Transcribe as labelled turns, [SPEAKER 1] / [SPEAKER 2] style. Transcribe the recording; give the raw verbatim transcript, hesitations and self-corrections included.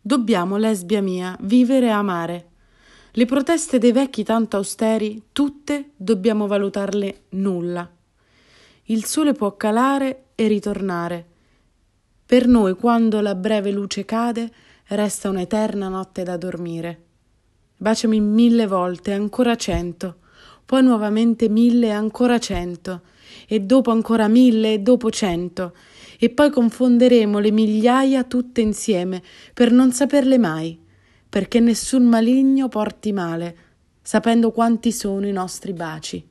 [SPEAKER 1] Dobbiamo, lesbia mia, vivere e amare. Le proteste dei vecchi tanto austeri, tutte dobbiamo valutarle nulla. Il sole può calare e ritornare. Per noi, quando la breve luce cade, resta un'eterna notte da dormire. Baciami mille volte, ancora cento, poi nuovamente mille e ancora cento, e dopo ancora mille e dopo cento, e poi confonderemo le migliaia tutte insieme per non saperle mai, perché nessun maligno porti male, sapendo quanti sono i nostri baci.